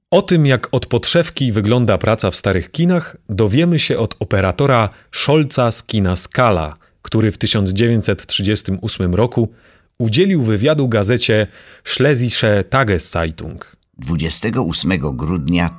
O tym, jak od podszewki wygląda praca w starych kinach, dowiemy się od operatora Scholza z kina Skala, który w 1938 roku udzielił wywiadu gazecie Schlesische Tageszeitung. 28 grudnia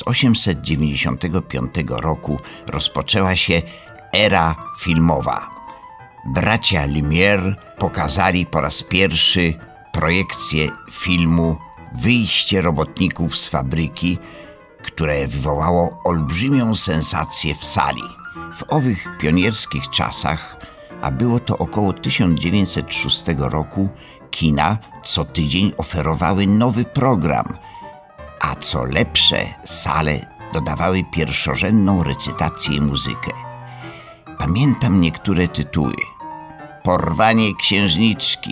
1895 roku rozpoczęła się era filmowa. Bracia Lumière pokazali po raz pierwszy projekcję filmu Wyjście robotników z fabryki, które wywołało olbrzymią sensację w sali. W owych pionierskich czasach, a było to około 1906 roku, kina co tydzień oferowały nowy program, a co lepsze, sale dodawały pierwszorzędną recytację i muzykę. Pamiętam niektóre tytuły: Porwanie księżniczki,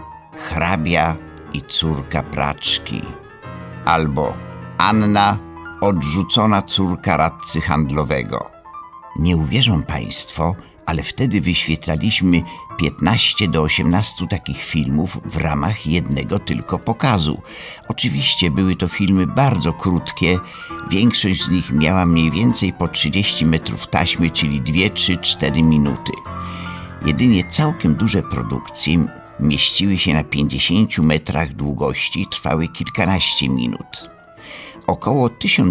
Hrabia i córka praczki, albo Anna, odrzucona córka radcy handlowego. Nie uwierzą państwo, ale wtedy wyświetlaliśmy 15 do 18 takich filmów w ramach jednego tylko pokazu. Oczywiście były to filmy bardzo krótkie, większość z nich miała mniej więcej po 30 metrów taśmy, czyli 2, 3, 4 minuty. Jedynie całkiem duże produkcje mieściły się na 50 metrach długości i trwały kilkanaście minut. Około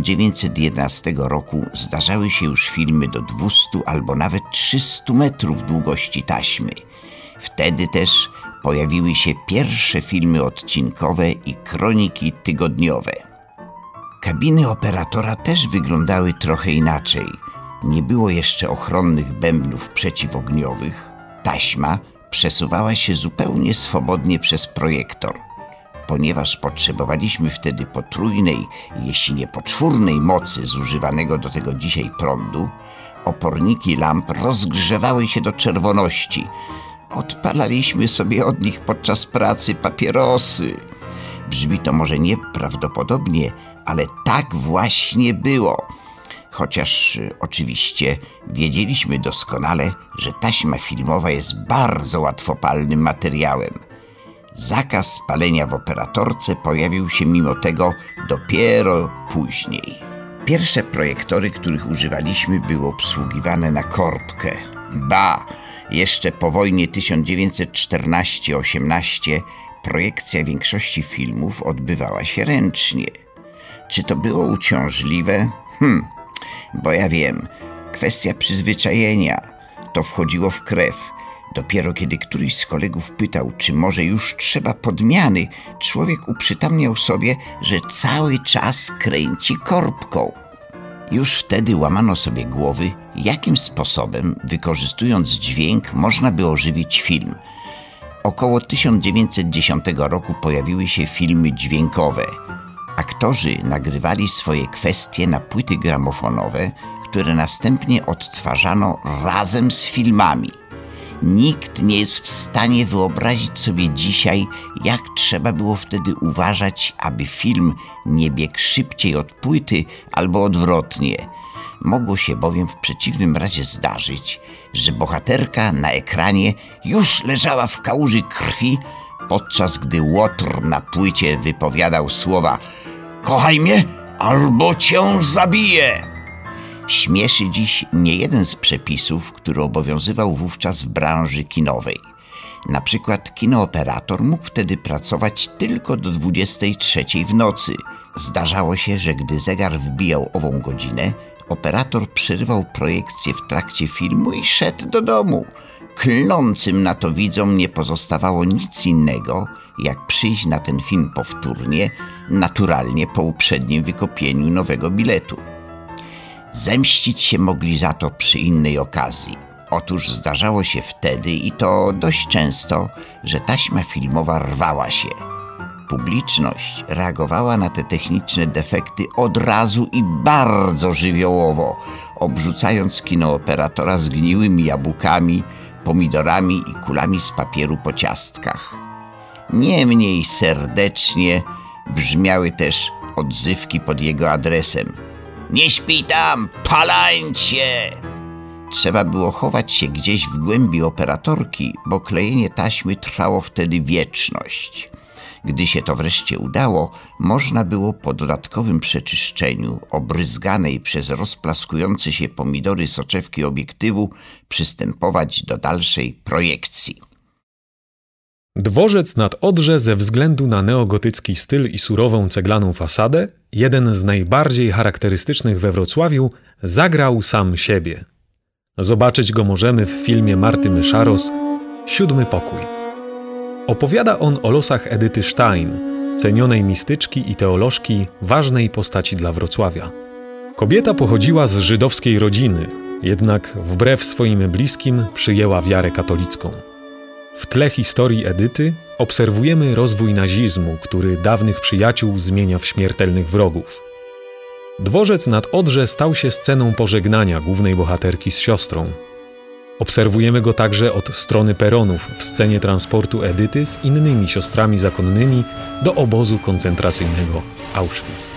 1911 roku zdarzały się już filmy do 200 albo nawet 300 metrów długości taśmy. Wtedy też pojawiły się pierwsze filmy odcinkowe i kroniki tygodniowe. Kabiny operatora też wyglądały trochę inaczej. Nie było jeszcze ochronnych bębnów przeciwogniowych. Taśma przesuwała się zupełnie swobodnie przez projektor. Ponieważ potrzebowaliśmy wtedy potrójnej, jeśli nie poczwórnej mocy zużywanego do tego dzisiaj prądu, oporniki lamp rozgrzewały się do czerwoności. Odpalaliśmy sobie od nich podczas pracy papierosy. Brzmi to może nieprawdopodobnie, ale tak właśnie było. Chociaż oczywiście wiedzieliśmy doskonale, że taśma filmowa jest bardzo łatwopalnym materiałem. Zakaz palenia w operatorce pojawił się mimo tego dopiero później. Pierwsze projektory, których używaliśmy, były obsługiwane na korbkę. Jeszcze po wojnie 1914-18 projekcja większości filmów odbywała się ręcznie. Czy to było uciążliwe? Bo ja wiem, kwestia przyzwyczajenia. To wchodziło w krew. Dopiero kiedy któryś z kolegów pytał, czy może już trzeba podmiany, człowiek uprzytamniał sobie, że cały czas kręci korbką. Już wtedy łamano sobie głowy, jakim sposobem, wykorzystując dźwięk, można by ożywić film. Około 1910 roku pojawiły się filmy dźwiękowe. Aktorzy nagrywali swoje kwestie na płyty gramofonowe, które następnie odtwarzano razem z filmami. Nikt nie jest w stanie wyobrazić sobie dzisiaj, jak trzeba było wtedy uważać, aby film nie biegł szybciej od płyty albo odwrotnie. Mogło się bowiem w przeciwnym razie zdarzyć, że bohaterka na ekranie już leżała w kałuży krwi, podczas gdy łotr na płycie wypowiadał słowa: „Kochaj mnie, albo cię zabiję”. Śmieszy dziś niejeden z przepisów, który obowiązywał wówczas w branży kinowej. Na przykład kinooperator mógł wtedy pracować tylko do 23 w nocy. Zdarzało się, że gdy zegar wbijał ową godzinę, operator przerywał projekcję w trakcie filmu i szedł do domu. Klnącym na to widzom nie pozostawało nic innego, jak przyjść na ten film powtórnie, naturalnie po uprzednim wykupieniu nowego biletu. Zemścić się mogli za to przy innej okazji. Otóż zdarzało się wtedy, i to dość często, że taśma filmowa rwała się. Publiczność reagowała na te techniczne defekty od razu i bardzo żywiołowo, obrzucając kinooperatora zgniłymi jabłkami, pomidorami i kulami z papieru po ciastkach. Nie mniej serdecznie brzmiały też odzywki pod jego adresem: „Nie śpij tam, palańcie!” Trzeba było chować się gdzieś w głębi operatorki, bo klejenie taśmy trwało wtedy wieczność. Gdy się to wreszcie udało, można było po dodatkowym przeczyszczeniu obryzganej przez rozplaskujące się pomidory soczewki obiektywu przystępować do dalszej projekcji. Dworzec nad Odrze ze względu na neogotycki styl i surową ceglaną fasadę, jeden z najbardziej charakterystycznych we Wrocławiu, zagrał sam siebie. Zobaczyć go możemy w filmie Marty Myszaros „Siódmy pokój”. Opowiada on o losach Edyty Stein, cenionej mistyczki i teolożki, ważnej postaci dla Wrocławia. Kobieta pochodziła z żydowskiej rodziny, jednak wbrew swoim bliskim przyjęła wiarę katolicką. W tle historii Edyty obserwujemy rozwój nazizmu, który dawnych przyjaciół zmienia w śmiertelnych wrogów. Dworzec nad Odrze stał się sceną pożegnania głównej bohaterki z siostrą. Obserwujemy go także od strony peronów w scenie transportu Edyty z innymi siostrami zakonnymi do obozu koncentracyjnego Auschwitz.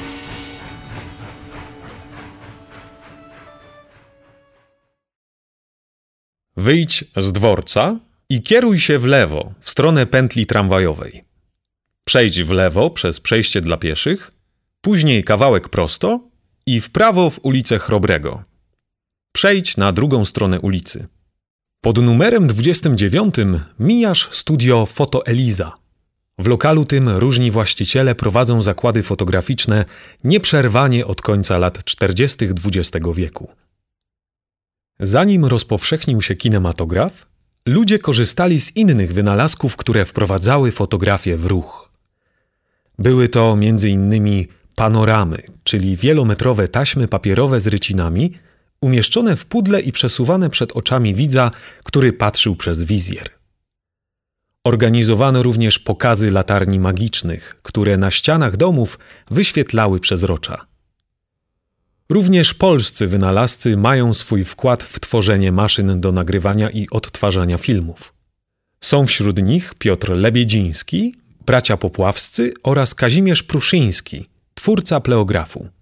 Wyjdź z dworca i kieruj się w lewo, w stronę pętli tramwajowej. Przejdź w lewo przez przejście dla pieszych, później kawałek prosto i w prawo w ulicę Chrobrego. Przejdź na drugą stronę ulicy. Pod numerem 29 mijasz studio Foto Eliza. W lokalu tym różni właściciele prowadzą zakłady fotograficzne nieprzerwanie od końca lat 40. XX wieku. Zanim rozpowszechnił się kinematograf, ludzie korzystali z innych wynalazków, które wprowadzały fotografię w ruch. Były to m.in. panoramy, czyli wielometrowe taśmy papierowe z rycinami, umieszczone w pudle i przesuwane przed oczami widza, który patrzył przez wizjer. Organizowano również pokazy latarni magicznych, które na ścianach domów wyświetlały przezrocza. Również polscy wynalazcy mają swój wkład w tworzenie maszyn do nagrywania i odtwarzania filmów. Są wśród nich Piotr Lebiedziński, bracia Popławscy oraz Kazimierz Pruszyński, twórca pleografu.